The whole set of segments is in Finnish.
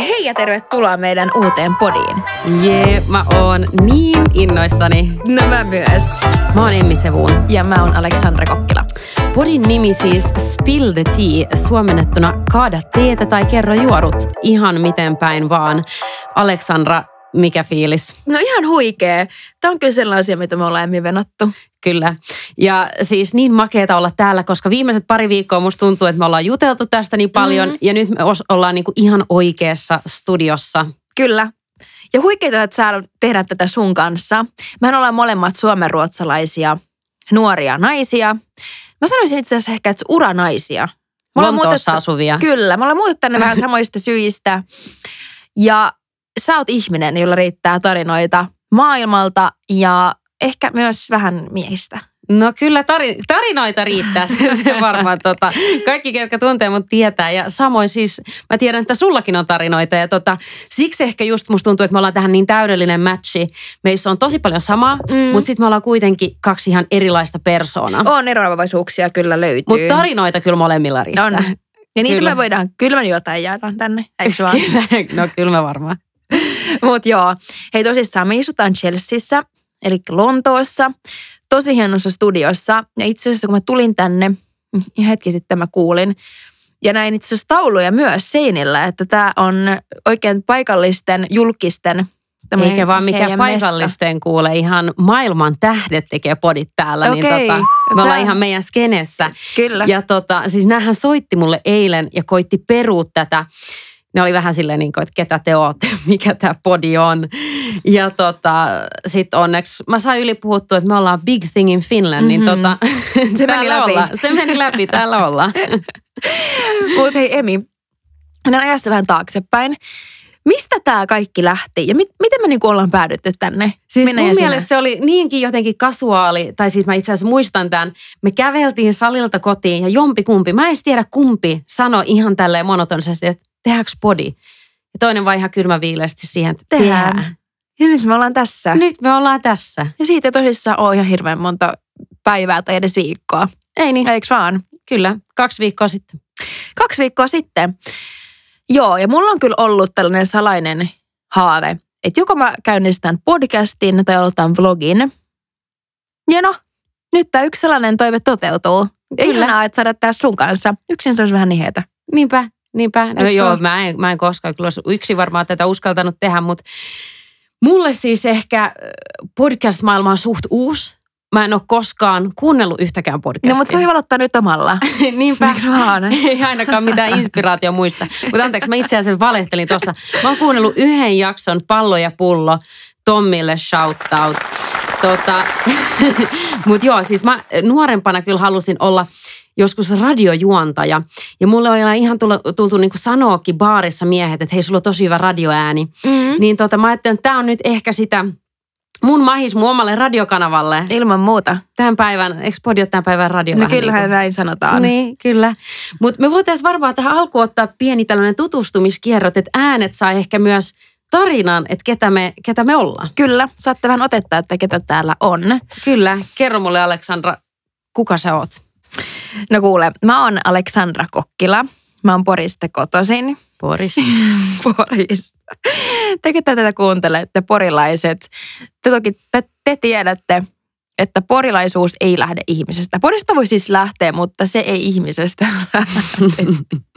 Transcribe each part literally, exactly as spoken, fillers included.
Hei ja tervetuloa meidän uuteen podiin. Jee, mä oon niin innoissani. No mä myös. Mä oon Emmi Sevuun. Ja mä oon Aleksandra Kokkila. Podin nimi siis Spill the Tea, suomennettuna kaada teetä tai kerro juorut. Ihan miten päin vaan. Aleksandra, mikä fiilis? No ihan huikee. Tää on kyllä sellainen asia, mitä me ollaan Emmi venattu. Kyllä. Ja siis niin makeeta olla täällä, koska viimeiset pari viikkoa musta tuntuu, että me ollaan juteltu tästä niin paljon. Mm. Ja nyt me ollaan niinku ihan oikeassa studiossa. Kyllä. Ja huikeeta, että saadaan tehdä tätä sun kanssa. Mehän ollaan molemmat suomenruotsalaisia nuoria naisia. Mä sanoisin itse asiassa ehkä, että uranaisia. Lontoossa asuvia. Kyllä. Me ollaan muutettu tänne vähän samoista syistä. Ja sä oot ihminen, jolla riittää tarinoita maailmalta ja ehkä myös vähän miehistä. No kyllä tari, tarinoita riittää, se, se varmaan tota, kaikki, ketkä tuntee mut tietää. Ja samoin siis mä tiedän, että sullakin on tarinoita. Ja tota, siksi ehkä just musta tuntuu, että me ollaan tähän niin täydellinen matchi. Meissä on tosi paljon samaa, mm. mutta sitten me ollaan kuitenkin kaksi ihan erilaista persoonaa. On eroavaisuuksia kyllä löytyy. Mutta tarinoita kyllä molemmilla riittää. On. Ja niitä kyllä. me voidaan, kyllä me jotain jäädään tänne, eikö vaan? Kyllä, no kyllä me varmaan. Mutta joo, hei tosissaan me istutaan Chelseassa, eli Lontoossa. Tosi hienossa studiossa. Ja itse asiassa kun mä tulin tänne, hetki sitten mä kuulin. Ja näin itse asiassa tauluja myös seinillä, että tää on oikein paikallisten, julkisten. Eikä vaan mikä paikallisten mesta. Kuule, ihan maailman tähdet tekee podit täällä. Okei. Niin tota, me ollaan ihan meidän skenessä. Kyllä. Ja tota, siis näähän soitti mulle eilen ja koitti perua tätä. Ne oli vähän silleen niin kuin, että ketä te ootte, mikä tämä podi on. Ja tota, sitten onneksi mä sain yli puhuttua, että me ollaan big thing in Finland, mm-hmm. niin tota, se meni läpi. Ollaan. Se meni läpi, täällä ollaan. Mutta hei Emi, mennään ajassa vähän taaksepäin. Mistä tämä kaikki lähti ja mit, miten me niinku ollaan päädytty tänne? Siis Minä mun mielestä se oli niinkin jotenkin kasuaali, tai siis mä itse asiassa muistan tämän. Me käveltiin salilta kotiin ja jompikumpi, mä en edes tiedä kumpi, sanoi ihan tälleen monotonisesti, että tehdäänkö podi? Ja toinen vaan ihan kylmäviileesti siihen, että tehdään. tehdään. Ja nyt me ollaan tässä. Nyt me ollaan tässä. Ja siitä tosissaan on ihan hirveän monta päivää tai edes viikkoa. Ei niin. Eiks vaan? Kyllä, kaksi viikkoa sitten. Kaksi viikkoa sitten. Joo, ja mulla on kyllä ollut tällainen salainen haave, että joko mä käynnistän podcastin tai aloitan vlogin. Ja no, nyt tää yksi sellainen toive toteutuu. Ihanaa, että saada tää sun kanssa. Yksin se olisi vähän nihetä. Niinpä, niinpä. No joo, mä en, mä en koskaan kyllä olisi yksin varmaan tätä uskaltanut tehdä, mutta mulle siis ehkä podcast-maailma on suht uusi. Mä en ole koskaan kuunnellut yhtäkään podcastia. No, mutta se on hyvä aloittaa nyt omalla. Niinpä. Eiks vaan? Ei ainakaan mitään inspiraatio muista. Mutta anteeksi, mä itse asiassa valehtelin tuossa. Mä oon kuunnellut yhden jakson Pallo ja pullo. Tommille shout out. Tota, mutta joo, siis mä nuorempana kyllä halusin olla joskus radiojuontaja. Ja mulle on ihan tullut, tultu niin kuin sanoakin baarissa miehet, että hei, sulla on tosi hyvä radioääni. Mm-hmm. Niin tota, mä ajattelin, että tää on nyt ehkä sitä mun mahis mun omalle radiokanavalle. Ilman muuta. Tämän päivän, eikö podi ole tämän päivän radio? No kyllähän niin näin sanotaan. Niin, kyllä. Mutta me voitaisiin varmaan tähän alkuun ottaa pieni tällainen tutustumiskierrot, että äänet saa ehkä myös tarinan, että ketä me, ketä me ollaan. Kyllä, saatte vähän otetta, että ketä täällä on. Kyllä, kerro mulle Aleksandra, kuka sä oot? No kuule, mä oon Aleksandra Kokkila. Mä oon Porista kotoisin. Porista. Porista. Te, ketä tätä kuuntelette, porilaiset, te toki te, te tiedätte, että porilaisuus ei lähde ihmisestä. Porista voi siis lähteä, mutta se ei ihmisestä lähde.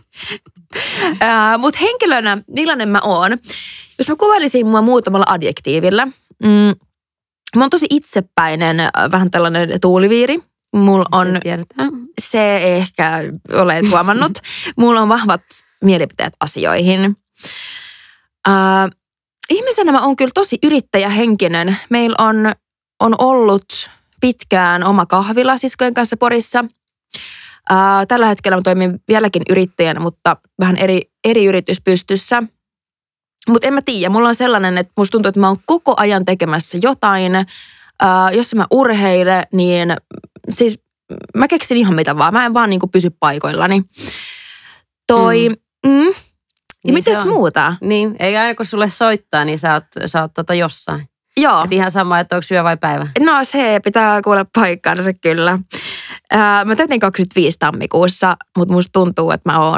uh, mutta henkilönä, millainen mä oon? Jos mä kuvailisin mua muutamalla adjektiivilla. Mm, mä oon tosi itsepäinen, vähän tällainen tuuliviiri. Mulla on, se, se ehkä olet huomannut, mulla on vahvat mielipiteet asioihin. Uh, ihmisenä mä oon kyllä tosi yrittäjähenkinen. Meillä on, on ollut pitkään oma kahvila siskojen kanssa Porissa. Uh, tällä hetkellä mä toimin vieläkin yrittäjänä, mutta vähän eri, eri yritys pystyssä. Mutta en mä tiedä, mulla on sellainen, että musta tuntuu, että mä oon koko ajan tekemässä jotain. Uh, jos mä urheilen, niin siis mä keksin ihan mitä vaan. Mä en vaan niinku pysy paikoillani. Toi, mm. Mm. Ja niin mitäs muuta? Niin, ei aina kun sulle soittaa, niin sä oot, sä oot tota jossain. Joo. Et ihan sama, että onko yö vai päivä. No se pitää kuulla paikkaansa kyllä. Uh, mä täytin kaksikymmentäviisi tammikuussa, mutta musta tuntuu, että mä oon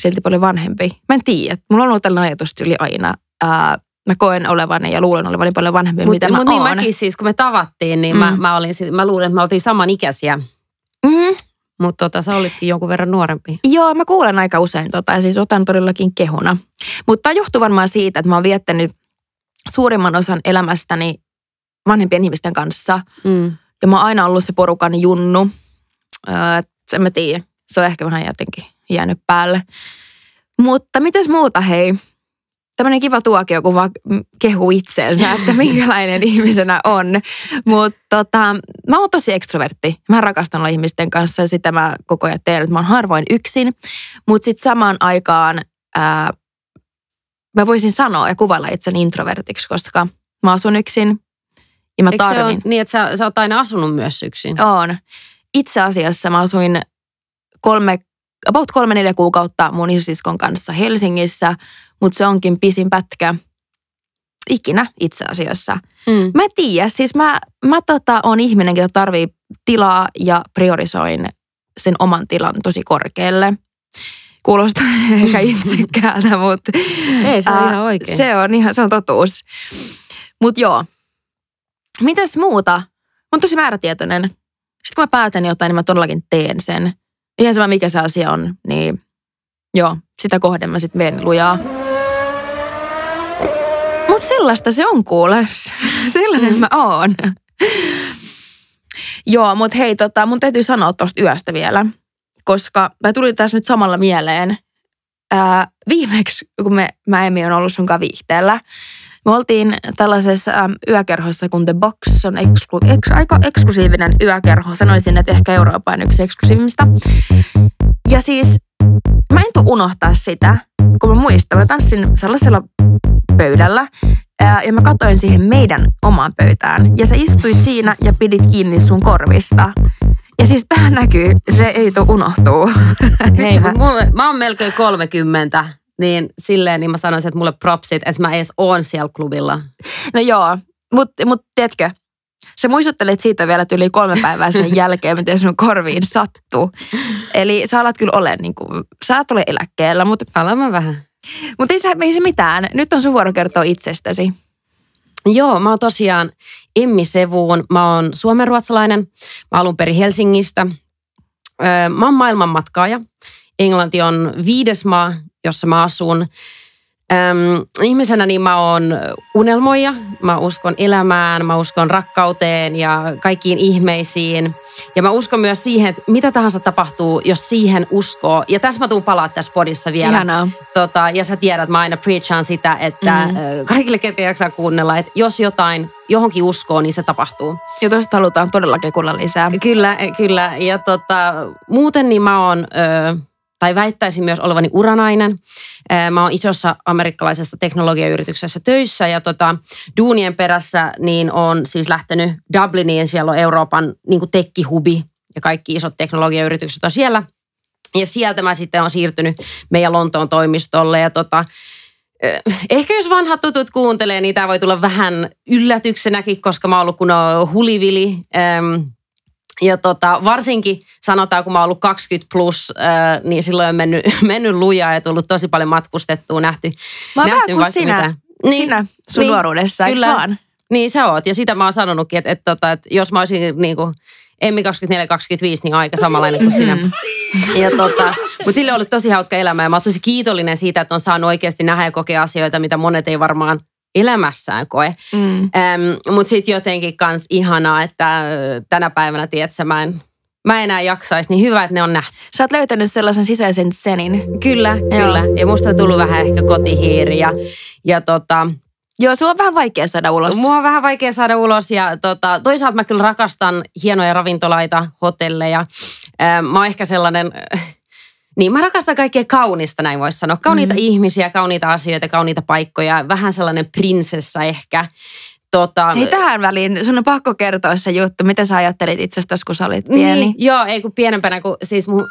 silti paljon vanhempi. Mä en tiedä. Mulla on ollut tällainen ajatustyyli aina. Ää, mä koen olevani ja luulen olevani paljon vanhempi, mut, mitä mä mut oon. niin mäkin siis, kun me tavattiin, niin mm. mä, mä, olin, mä luulen, että me oltiin samanikäisiä. Mm. Mutta tota, sä olitkin jonkun verran nuorempi. Joo, mä kuulen aika usein tota ja siis otan todellakin kehuna. Mutta tämä johtuu varmaan siitä, että mä oon viettänyt suurimman osan elämästäni vanhempien ihmisten kanssa. Mm. Ja mä oon aina ollut se porukan junnu. Öö, en mä tiedä, se on ehkä vähän jotenkin jäänyt päälle. Mutta mitäs muuta hei? Tämmöinen kiva tuokio, kun vaan kehuu itseensä, että minkälainen ihmisenä on. Mutta tota, mä oon tosi ekstrovertti. Mä rakastan olla ihmisten kanssa ja sitä mä koko ajan teen, että mä oon harvoin yksin. Mutta sitten samaan aikaan ää, mä voisin sanoa ja kuvailla itseni introvertiksi, koska mä asun yksin ja mä Eikö tarvin. se ole niin, että sä, sä oot aina asunut myös yksin? Oon. Itse asiassa mä asuin kolme, about kolme neljä kuukautta mun isosiskon kanssa Helsingissä, mutta se onkin pisin pätkä ikinä itse asiassa. Mm. Mä en tiedä, siis mä, mä tota, on ihminen, joka tarvii tilaa ja priorisoin sen oman tilan tosi korkealle. Kuulostaa ehkä itsekäältä, mutta ei, se on ää, ihan oikein. Se on ihan, se on totuus. Mutta joo, mitäs muuta? Mä oon tosi määrätietoinen. Sitten kun mä päätän jotain, niin mä todellakin teen sen. Ihan sama mikä se asia on, niin joo, sitä kohden mä sitten menen lujaa. Mutta sellaista se on kuules. Sellainen mm. mä oon. Joo, mutta hei, tota, mun täytyy sanoa tosta yöstä vielä. Koska mä tuli tässä nyt samalla mieleen. Ää, viimeksi, kun me, mä Emmi on ollut sunkaan viihteellä. Me oltiin tällaisessa äm, yökerhossa, kun The Box on eksklu- eks, aika eksklusiivinen yökerho. Sanoisin, että ehkä Euroopan yksi eksklusiivimmista. Ja siis mä en tule unohtaa sitä, kun mä muistan. Mä tanssin sellaisella pöydällä ää, ja mä katsoin siihen meidän omaan pöytään. Ja sä istuit siinä ja pidit kiinni sun korvista. Ja siis tää näkyy, se ei tule unohtuu. Hei, kun mulle, mä oon melkein kolmekymmentä. Niin silleen niin mä sanoisin, että mulle propsit, että mä edes oon siellä klubilla. No joo, mutta mut tiedätkö, sä muistuttelit siitä vielä yli kolme päivää sen jälkeen, miten sun korviin sattuu. Eli sä alat kyllä ole, niin kuin, sä et ole eläkkeellä, mutta... Alan mä vähän. Mutta ei, ei se mitään, nyt on sun vuoro kertoa itsestäsi. Joo, mä oon tosiaan Emmi Sevuun, mä oon suomenruotsalainen, mä alun perin Helsingistä. Öö, mä oon maailmanmatkaaja. Englanti on viides maa, jossa mä asun. Öm, ihmisenä niin mä oon unelmoija, mä uskon elämään, mä uskon rakkauteen ja kaikkiin ihmeisiin. Ja mä uskon myös siihen, että mitä tahansa tapahtuu, jos siihen uskoo. Ja tässä mä tuun palaa tässä podissa vielä. Ihanaa. Tota, ja sä tiedät, mä aina preachaan sitä, että mm. kaikille, ketkä jaksaa kuunnella, että jos jotain johonkin uskoo, niin se tapahtuu. Ja tuosta halutaan todellakin kuulla lisää. Kyllä, kyllä. Ja tota, muuten niin mä oon... Ö, tai väittäisin myös olevani uranainen. Mä oon isossa amerikkalaisessa teknologiayrityksessä töissä ja tota, duunien perässä niin on siis lähtenyt Dubliniin. Siellä on Euroopan niin kuin tekkihubi ja kaikki isot teknologiayritykset on siellä. Ja sieltä mä sitten on siirtynyt meidän Lontoon toimistolle ja tota, ehkä jos vanhat tutut kuuntelee, niin tämä voi tulla vähän yllätyksenäkin, koska mä oon ollut kun on hulivili. Ja tota, varsinkin sanotaan, kun mä oon ollut kaksikymmentä plus, äh, niin silloin on mennyt, mennyt lujaa ja tullut tosi paljon matkustettua, nähty. Mä oon vähän kuin sinä, niin, sinä sun niin, nuoruudessa, eikö vaan? Niin sä oot. Ja sitä mä oon sanonutkin, että, että, että, että jos mä olisin niin kuin Emmi kaksikymmentäneljä kaksikymmentäviisi, niin aika samanlainen kuin sinä. Ja tota, mutta sille on ollut tosi hauska elämä ja mä oon tosi kiitollinen siitä, että on saanut oikeasti nähdä ja kokea asioita, mitä monet ei varmaan elämässään koe. Mm. Ähm, mutta sitten jotenkin kans ihanaa, että tänä päivänä, tiedätkö, mä en, mä enää jaksaisi, niin hyvä, että ne on nähty. Sä oot löytänyt sellaisen sisäisen senin. Kyllä, Joo. kyllä. Ja musta on tullut vähän ehkä kotihiiri ja, ja tota... Joo, sulla on vähän vaikea saada ulos. Mua on vähän vaikea saada ulos ja tota, toisaalta mä kyllä rakastan hienoja ravintolaita, hotelleja. Ähm, mä oon ehkä sellainen... Niin, mä rakastan kaikkea kaunista, näin voisi sanoa. Kauniita mm. ihmisiä, kauniita asioita, kauniita paikkoja. Vähän sellainen prinsessa ehkä. Tota, Hei, tähän väliin, sun on pakko kertoa se juttu. Mitä sä ajattelit itsestäsi, kun sä olit pieni? Niin, joo, ei kun pienempänä, kun siis mun,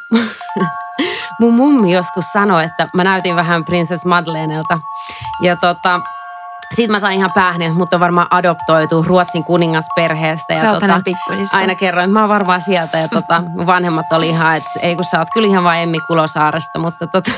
mun mummi joskus sanoi, että mä näytin vähän prinsess Madelenelta. Ja tota, Sitten mä sain ihan päähän, että mut on varmaan adoptoitu Ruotsin kuningasperheestä. Ja sä oot tota, hänen pikkusisko. aina kerroin, että mä oon varmaan sieltä. Ja tota, mun vanhemmat oli ihan, että ei kun sä oot kyllä ihan vaan Emmi Kulosaaresta. Mutta tota,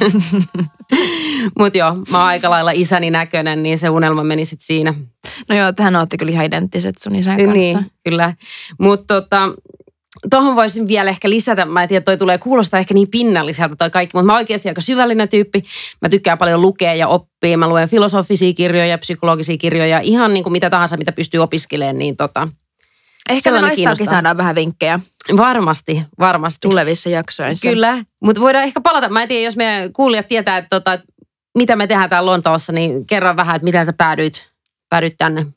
mut joo, mä oon aika lailla isäni näköinen, niin se unelma meni sit siinä. No joo, tähän ootte kyllä ihan identtiset sun isän kanssa. Niin, kyllä. Mutta tota, tuohon voisin vielä ehkä lisätä, mä en tiedä, toi tulee kuulostaa ehkä niin pinnalliselta toi kaikki, mutta mä oon oikeasti aika syvällinen tyyppi. Mä tykkään paljon lukea ja oppia. Mä luen filosofisia kirjoja, psykologisia kirjoja, ihan niin kuin mitä tahansa, mitä pystyy opiskelemaan, niin tota. Ehkä me noistakin saadaan vähän vinkkejä. Varmasti, varmasti. Tulevissa jaksoissa. Kyllä, mutta voidaan ehkä palata. Mä en tiedä, jos meidän kuulijat tietää, että tota, mitä me tehdään täällä Lontoossa, niin kerran vähän, että miten sä päädyit, päädyit tänne.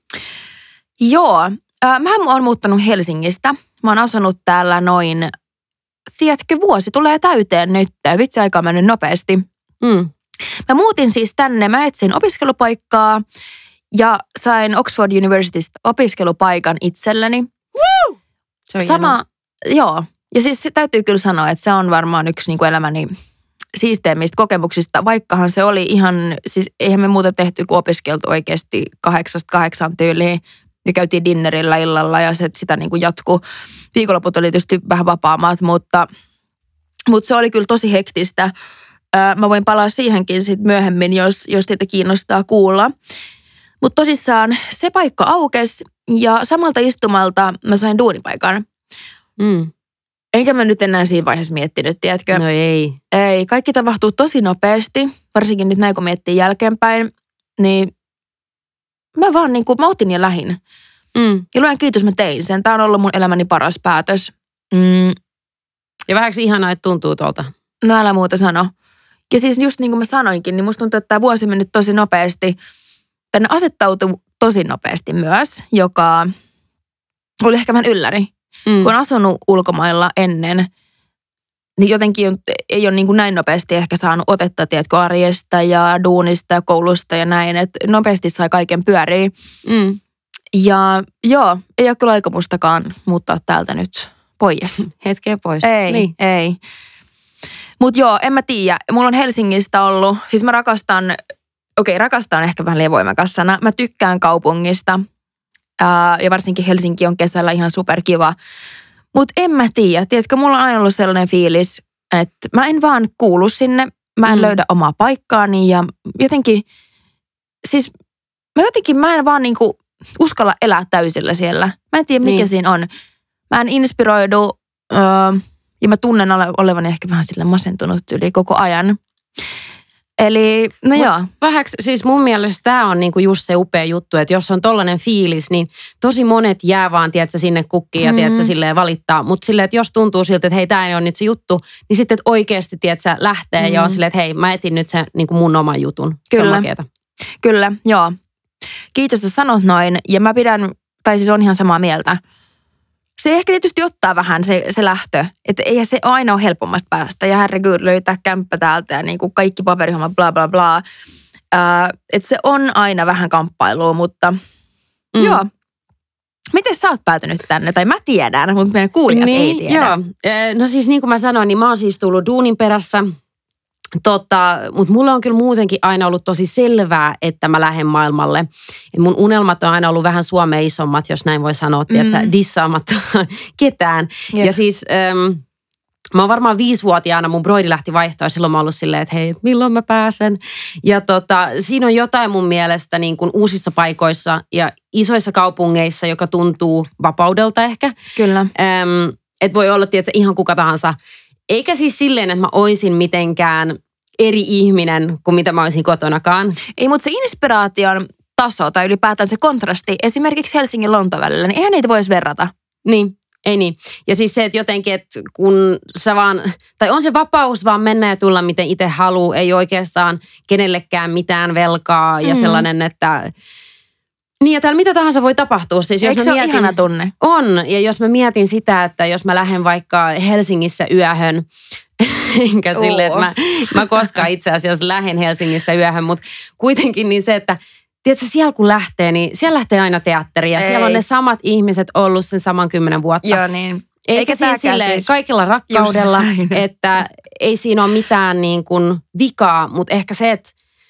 Joo, äh, mä oon muuttanut Helsingistä. Mä oon asunut täällä noin, tiedätkö, vuosi tulee täyteen nyt. Vitsi, aika on mennyt nopeasti. Mm. Mä muutin siis tänne, mä etsin opiskelupaikkaa ja sain Oxford Universitystä opiskelupaikan itselleni. Woo! Se on Sama, hienoa. Joo. Ja siis täytyy kyllä sanoa, että se on varmaan yksi niin kuin elämäni siisteimmistä kokemuksista, vaikkahan se oli ihan, siis eihän me muuta tehty kuin opiskeltu oikeasti kahdeksasta kahdeksaan tyyliin. Ja käytiin dinnerillä illalla ja se, sitä niin kuin jatkuu. Viikonloput oli tietysti vähän vapaammat, mutta, mutta se oli kyllä tosi hektistä. Mä voin palaa siihenkin sit myöhemmin, jos, jos teitä kiinnostaa kuulla. Mutta tosissaan se paikka aukesi ja samalta istumalta mä sain duunipaikan. Mm. Enkä mä nyt enää siinä vaiheessa miettinyt, tiedätkö? No ei. Ei, kaikki tapahtuu tosi nopeasti, varsinkin nyt näin kun miettii jälkeenpäin, niin mä vaan niin kuin, mä otin ja lähin. Mm. Ja luen kiitos, mä tein sen. Tää on ollut mun elämäni paras päätös. Mm. Ja vähäksi ihanaa, että tuntuu tuolta. No älä muuta sano. Ja siis just niin kuin mä sanoinkin, niin musta tuntuu, että tämä vuosi meni tosi nopeasti. Tänne asettautui tosi nopeasti myös, joka oli ehkä vähän ylläri. Mm. Kun on asunut ulkomailla ennen, niin jotenkin ei ole niin kuin näin nopeasti ehkä saanut otetta, tiedätkö, arjesta ja duunista ja koulusta ja näin. Että nopeasti sai kaiken pyöriä. Mm. Ja joo, ei ole kyllä aikomustakaan muuttaa täältä nyt pois. Hetkeä pois. Ei, niin. ei. Mutta joo, en mä tiedä. Mulla on Helsingistä ollut, siis mä rakastan, okei okay, rakastan ehkä vähän liian voimakas sana. Mä tykkään kaupungista ää, ja varsinkin Helsinki on kesällä ihan superkiva. Mutta en mä tiedä, tiedätkö, mulla on aina ollut sellainen fiilis, että mä en vaan kuulu sinne. Mä en mm. löydä omaa paikkaani ja jotenkin, siis mä jotenkin, mä en vaan niinku uskalla elää täysillä siellä. Mä en tiedä, mikä niin. siinä on. Mä en inspiroidu öö, ja mä tunnen olevani ehkä vähän sille masentunut yli koko ajan. Eli, no Mut joo. Vähäksi, siis mun mielestä tämä on niinku just se upea juttu, että jos on tollainen fiilis, niin tosi monet jää vaan, tiedätkö, sinne kukkiin ja mm. tiedätkö, silleen valittaa. Mutta silleen, että jos tuntuu siltä, että hei, tämä ei ole nyt se juttu, niin sitten että oikeasti, tiedätkö, lähtee mm. ja on silleen, että hei, mä etin nyt se niinku mun oman jutun. Kyllä. Kyllä, joo. Kiitos, että sanot noin. Ja mä pidän, tai siis on ihan samaa mieltä. Se ehkä tietysti ottaa vähän se, se lähtö. Että eihän se aina ole helpommasta päästä. Ja herregud löytää kämppä täältä ja niin kuin kaikki paperihommat, bla bla bla. Että se on aina vähän kamppailua, mutta mm. joo. Miten sä oot päätynyt tänne? Tai mä tiedän, mutta meidän kuulijat niin, ei tiedä. Joo. No siis niin kuin mä sanoin, niin mä oon siis tullut duunin perässä. Tota, mutta mulla on kyllä muutenkin aina ollut tosi selvää, että mä lähden maailmalle. Et mun unelmat on aina ollut vähän Suomea isommat, jos näin voi sanoa, mm. tiedätkö, dissaamatta ketään. Jep. Ja siis ähm, mä oon varmaan viisivuotiaana, mun broidi lähti vaihtoa ja silloin mä oon ollut silleen, että hei, milloin mä pääsen. Ja tota, siinä on jotain mun mielestä niin kuin uusissa paikoissa ja isoissa kaupungeissa, joka tuntuu vapaudelta ehkä. Kyllä. Ähm, että voi olla, tiedätkö, ihan kuka tahansa. Eikä siis silleen, että mä oisin mitenkään eri ihminen kuin mitä mä oisin kotonakaan. Ei, mutta se inspiraation taso tai ylipäätään se kontrasti esimerkiksi Helsingin Lontoon välillä, niin eihän niitä voisi verrata. Niin, ei niin. Ja siis se, että jotenkin, että kun sä vaan, tai on se vapaus vaan mennä ja tulla miten itse haluaa, ei oikeastaan kenellekään mitään velkaa ja mm. sellainen, että niin ja täällä mitä tahansa voi tapahtua. Siis, jos eikö se ole ihana tunne? On. Ja jos mä mietin sitä, että jos mä lähden vaikka Helsingissä yöhön, enkä oh. silleen, että mä, mä koskaan itse asiassa lähden Helsingissä yöhön, mutta kuitenkin niin se, että tiedätkö, siellä kun lähtee, niin siellä lähtee aina teatteri ja ei. Siellä on ne samat ihmiset ollut sen saman kymmenen vuotta. Joo niin. Eikä, Eikä siinä silleen siis kaikilla rakkaudella, että ei siinä ole mitään niin kuin vikaa, mutta ehkä se, että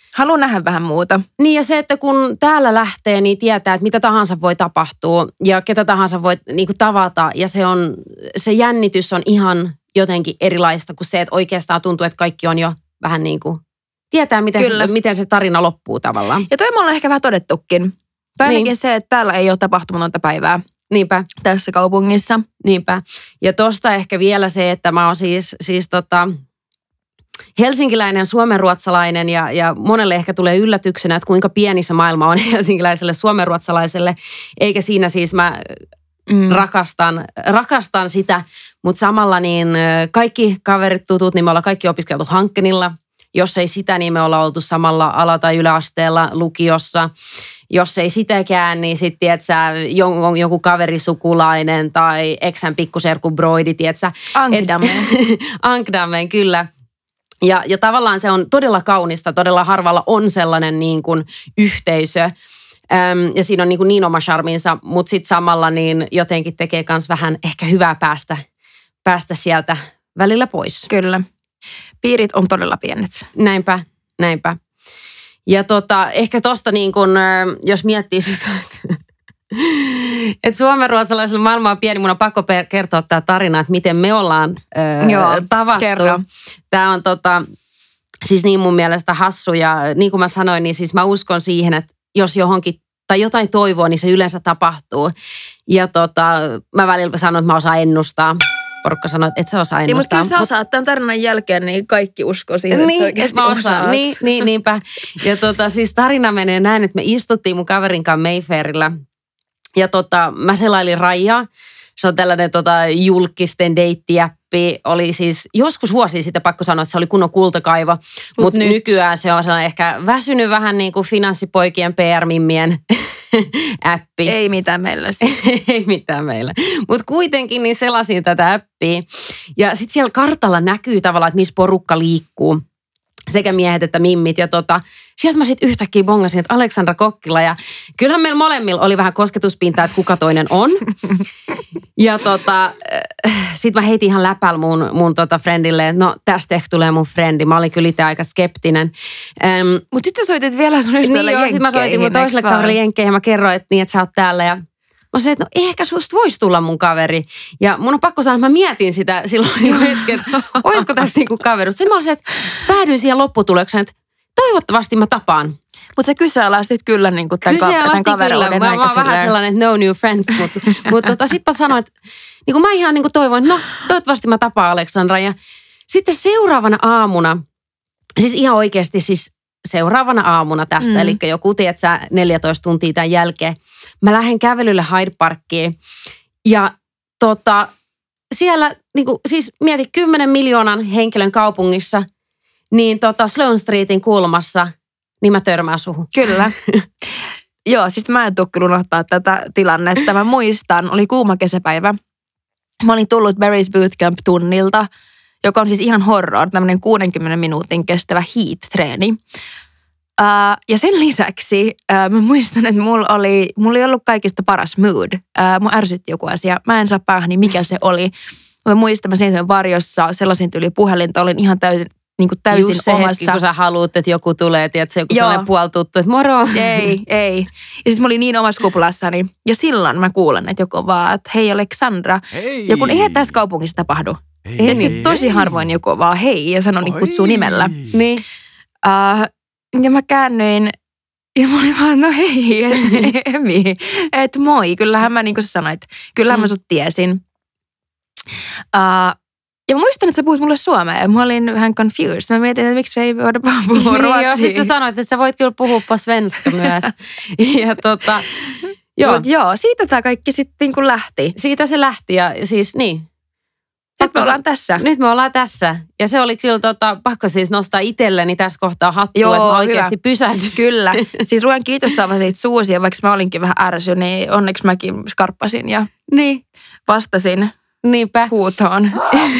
Haluan nähdä vähän muuta. Niin ja se, että kun täällä lähtee, niin tietää, että mitä tahansa voi tapahtua ja ketä tahansa voi niin kuin tavata. Ja se, on, se jännitys on ihan jotenkin erilaista kuin se, että oikeastaan tuntuu, että kaikki on jo vähän niin kuin, tietää miten, se, miten se tarina loppuu tavallaan. Ja toi me ollaan ehkä vähän todettukin. Tai ainakin niin. Se, että täällä ei ole tapahtumatonta päivää. Niinpä. Tässä kaupungissa. Niinpä. Ja tosta ehkä vielä se, että mä oon siis, siis tota, helsinkiläinen, suomenruotsalainen ja, ja monelle ehkä tulee yllätyksenä, että kuinka pieni se maailma on helsinkiläiselle, suomenruotsalaiselle. Eikä siinä siis mä mm. rakastan, rakastan sitä, mutta samalla niin kaikki kaverit, tutut, niin me ollaan kaikki opiskeltu Hankkenilla. Jos ei sitä, niin me ollaan oltu samalla ala- tai yläasteella lukiossa. Jos ei sitäkään, niin sitten, tiedätkö, joku, joku kaverisukulainen tai eksän pikkuserkun broidi, tiedätkö. Ankdammeen. Ankdammeen, kyllä. Ja, ja tavallaan se on todella kaunista, todella harvalla on sellainen niin kuin yhteisö. Öm, ja siinä on niin, kuin niin oma charminsa, mutta sitten samalla niin jotenkin tekee myös vähän ehkä hyvää päästä, päästä sieltä välillä pois. Kyllä. Piirit on todella pienet. Näinpä, näinpä. Ja tota, ehkä tosta niin kun, jos miettii sitä, että suomenruotsalaisella maailma on pieni, mun on pakko kertoa tämä tarina, että miten me ollaan ö, Joo, tavattu. Kerro. Tämä on tota, siis niin mun mielestä hassu ja niin kuin mä sanoin, niin siis mä uskon siihen, että jos johonkin tai jotain toivoo, niin se yleensä tapahtuu. Ja tota, mä välillä sanon, että mä osaan ennustaa. Porukka sanoi, että et sä osaa ennustaa. Niin, mutta kyllä sä osaat tämän tarinan jälkeen, niin kaikki uskoo siihen, niin, että sä oikeasti osaan. osaat. Niin, niin, niinpä. Ja tota, siis tarina menee näin, että me istuttiin mun kaverin kanssa Mayfairillä. Ja tota, mä selailin Rajaa. Se on tällainen tota, julkisten deittiäppi. Oli siis joskus vuosia sitten pakko sanoa, että se oli kunnon kultakaivo. Mutta Mut nykyään se on sellainen ehkä väsynyt vähän niin kuin finanssipoikien P R-mimmien appi. Ei mitään meillä siis. Ei mitään meillä. Mutta kuitenkin niin selasin tätä appia. Ja sitten siellä kartalla näkyy tavallaan, että missä porukka liikkuu. Sekä miehet että mimmit. Ja tota, sieltä mä sitten yhtäkkiä bongasin, että Aleksandra Kokkila. Ja kyllähän meillä molemmilla oli vähän kosketuspintaa, että kuka toinen on. Ja tota, sitten mä heitin ihan läpällä mun, mun tota friendille, että no tästä ehkä tulee mun friendi. Mä olin kyllä itse aika skeptinen. Ähm, Mutta sitten sä soitit vielä sun ystävälle niin, jenkkeihin. Niin mä soitin mun toiselle kaverille jenkkeihin ja mä kerroin, että niin, että sä oot täällä ja mä sanoin, että no ehkä susta voisi tulla mun kaveri. Ja mun on pakko sanoa, että mä mietin sitä silloin hetken, että olisiko tässä niinku kaverus. Sitten mä olisin, että päädyin siihen lopputulokseen, että toivottavasti mä tapaan. Mutta sä kyseenalaistit kyllä niin kuin tämän, tämän kaveruuden kyllä. aika mä, mä silleen. Vähän sellainen, että no new friends. Mutta mut, tota, sitten mä sanoin, että niin kuin mä ihan niin kuin toivoin, että no toivottavasti mä tapaan Aleksandra. Ja sitten seuraavana aamuna, siis ihan oikeasti siis seuraavana aamuna tästä, mm. eli joku, tiedät sä, neljätoista tuntia tämän jälkeen, mä lähden kävelylle Hyde Parkiin ja tota, siellä, niin kuin, siis mieti kymmenen miljoonan henkilön kaupungissa, niin tota Sloane Streetin kulmassa, niin mä törmään suhun. Kyllä. Joo, siis mä en tule kyllä unohtaa tätä tilannetta. Mä muistan, oli kuuma kesäpäivä. Mä olin tullut Barry's Bootcamp-tunnilta, joka on siis ihan horror, tämmöinen kuudenkymmenen minuutin kestävä heat-treeni. Uh, ja sen lisäksi uh, mä muistan, että mulla oli, mulla ei ollut kaikista paras mood. Uh, mua ärsytti joku asia. Mä en saa päähän, niin mikä se oli. Mä muistan, mä seisoin varjossa, sellaisen tyyli puhelinta, olin ihan täysin, niin kuin täysin just se omassa. Hetki, kun sä haluut, että joku tulee, tiedätkö, joku sellainen puoltuttu, että moro. Ei, ei. Ja siis mä olin niin omassa kuplassani. Ja silloin mä kuulen, että joku vaan, että hei Aleksandra. Hei. Ja kun eihän tässä kaupungissa tapahdu. Ei, niin. Tosi harvoin joku vaan hei ja sanoi, niin kutsuu nimellä. Niin. Uh, ja mä käännyin ja mä olin vaan, no hei, Emi, että moi. Kyllähän mä, niin kuin sä sanoit, kyllähän mm. mä sut tiesin. Uh, ja mä muistan, että sä puhut mulle suomea ja mä olin vähän confused. Mä mietin, että miksi me ei voida puhua niin, ruotsia. Joo, sit sä sanoit, että sä voit kyllä puhua på svenska myös. ja tota, joo. Mut joo, siitä tää kaikki sitten niin kuin lähti. Siitä se lähti ja siis niin. Nyt me ollaan tässä. Nyt me ollaan tässä. Ja se oli kyllä tota, pakko siis nostaa itselleni tässä kohtaa hattua, joo, että mä oikeasti pysähdyn. Kyllä. Siis Ruan kiitos saavan siitä suusia, vaikka mä olinkin vähän ärsy, niin onneksi mäkin skarppasin ja niin. vastasin. Niinpä. Huutoon.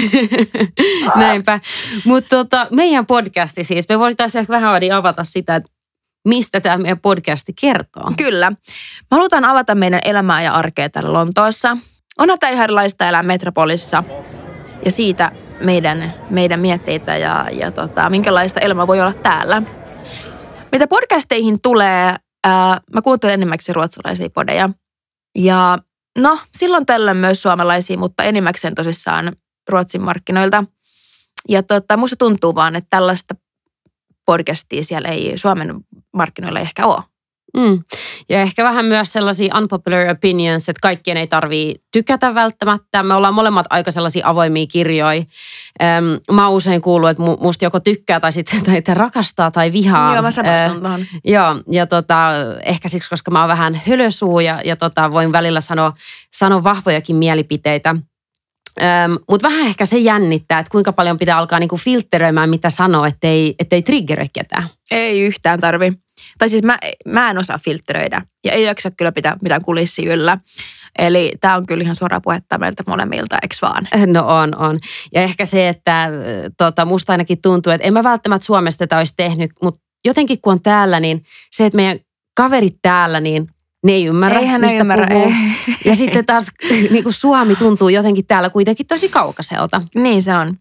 Näinpä. Mutta tota, meidän podcasti siis, me voitaisiin ehkä vähän avata sitä, että mistä tämä meidän podcasti kertoo. Kyllä. Me halutaan avata meidän elämää ja arkea täällä Lontoossa. Onhan tämä ihan erilaista elää metropolissa ja siitä meidän, meidän mietteitä ja, ja tota, minkälaista elämää voi olla täällä. Mitä podcasteihin tulee, ää, mä kuuntelen enimmäkseen ruotsalaisia podeja. Ja no, silloin tällöin myös suomalaisia, mutta enimmäkseen tosissaan Ruotsin markkinoilta. Ja tota, musta tuntuu vaan, että tällaista podcastia siellä ei Suomen markkinoilla ehkä ole. Mm. Ja ehkä vähän myös sellaisia unpopular opinions, että kaikkien ei tarvii tykätä välttämättä. Me ollaan molemmat aika sellaisia avoimia kirjoja. Ähm, mä oon usein kuullut, että musta joko tykkää tai sitten tai te rakastaa tai vihaa. Joo, mä samastun tuohon. Äh, joo, ja tota, ehkä siksi, koska mä oon vähän hölösuu ja, ja tota, voin välillä sanoa, sanoa vahvojakin mielipiteitä. Ähm, Mutta vähän ehkä se jännittää, että kuinka paljon pitää alkaa niinku filtteröimään, mitä sanoo, ettei, ettei triggeröi ketään. Ei yhtään tarvi. Tai siis mä, mä en osaa filtteröidä ja ei jaksa kyllä pitää mitään kulissia yllä. Eli tää on kyllä ihan suoraa puhetta meiltä molemmilta, eks vaan? No on, on. Ja ehkä se, että tota, musta ainakin tuntuu, että en mä välttämättä Suomesta tätä olisi tehnyt, mutta jotenkin kun on täällä, niin se, että meidän kaverit täällä, niin ne ei ymmärrä, Eihän mistä ne ymmärrä, puhuu. ei. Ja sitten taas niin kuin Suomi tuntuu jotenkin täällä kuitenkin tosi kaukaiselta. Niin se on.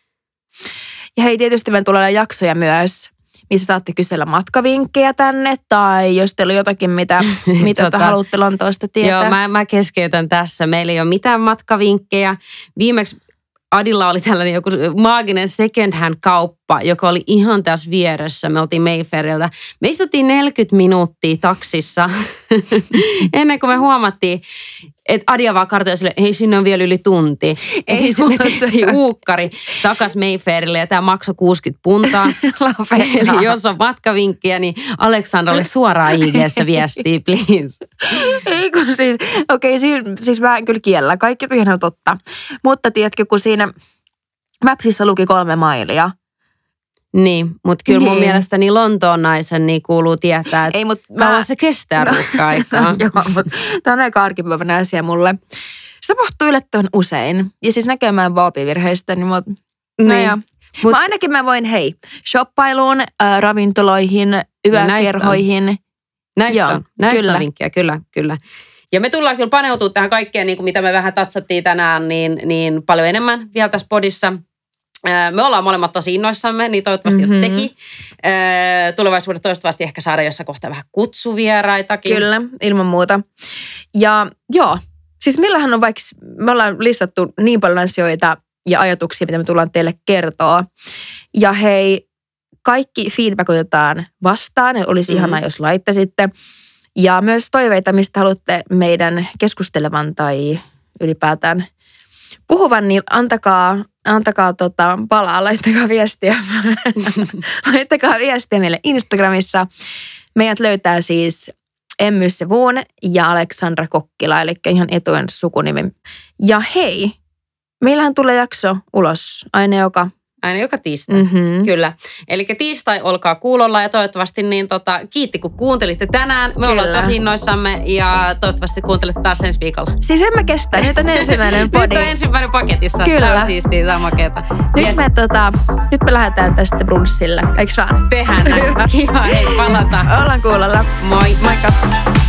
Ja hei, tietysti meillä tulee jaksoja myös, missä saatte kysellä matkavinkkejä tänne, tai jos teillä on jotakin, mitä, mitä tota, haluatte Lontoosta tietää. Joo, mä, mä keskeytän tässä. Meillä ei ole mitään matkavinkkejä. Viimeksi Adilla oli tällainen joku maaginen second hand kauppa, joka oli ihan tässä vieressä. Me oltiin Mayfairiltä. Me istuttiin neljäkymmentä minuuttia taksissa ennen kuin me huomattiin, että Adia vaan kartoi sille, hei sinne on vielä yli tunti. Ja Ei siis me tehtiin uukkari takas Mayfairille ja tämä maksoi kuusikymmentä puntaa. Eli jos on matkavinkkiä, niin Aleksandralle suoraan I G:ssä viestiä, please. Ei kun siis, okei, okay, siis mä en kyllä kiellä. Kaikki on ihan totta. Mutta tiedätkö, kun siinä Mapsissa luki kolme mailia. Niin, mutta kyllä mun niin. mielestäni Lontoon naisen niin kuuluu tietää, että Ei, mut kauan mä... se kestää ruuhka-aikaa. Joo, mutta tämä on aika arkipäivänä asia mulle. Se tapahtuu yllättävän usein. Ja siis näkemään vaapivirheistä, niin mut, no Niin. joo. Mut- Mä ainakin mä voin, hei, shoppailuun, äh, ravintoloihin, yökerhoihin. Näistä Joo, on, näistä kyllä. on vinkkejä, kyllä, kyllä. Ja me tullaan kyllä paneutumaan tähän kaikkeen, niin kuin mitä me vähän tatsattiin tänään, niin, niin paljon enemmän vielä tässä podissa. Me ollaan molemmat tosi innoissamme, niin toivottavasti mm-hmm. tekin. Tulevaisuudessa toivottavasti ehkä saada jossain kohtaa vähän kutsuvieraitakin. Kyllä, ilman muuta. Ja joo, siis millähän on vaikka, me ollaan listattu niin paljon asioita ja ajatuksia, mitä me tullaan teille kertoa. Ja hei, kaikki feedback otetaan vastaan, olisi mm-hmm. ihanaa, jos laittaisitte. Ja myös toiveita, mistä haluatte meidän keskustelevan tai ylipäätään puhuvan, niin antakaa, antakaa tota palaa, laittakaa viestiä. laittakaa viestiä meille Instagramissa. Meidät löytää siis Emmy Sevuun ja Aleksandra Kokkila, eli ihan etujen sukunimi. Ja hei, meillähän tulee jakso ulos aina joka... Aina joka tiistai, mm-hmm. kyllä. Eli tiistai olkaa kuulolla ja toivottavasti niin tota, kiitti kun kuuntelitte tänään. Me Kyllä. ollaan tosi innoissamme ja toivottavasti kuuntelette taas ensi viikolla. Siis en mä kestä, nyt on ensimmäinen podi. Nyt on ensimmäinen paketissa. Kyllä. Tämä on siistiä, tämä on makeata. Nyt, Yes. me, tota, nyt me lähdetään tästä brunssille, eikö vaan? Tehdään näin. Kiva, hei, palataan. Ollaan kuulolla. Moi. Moikka.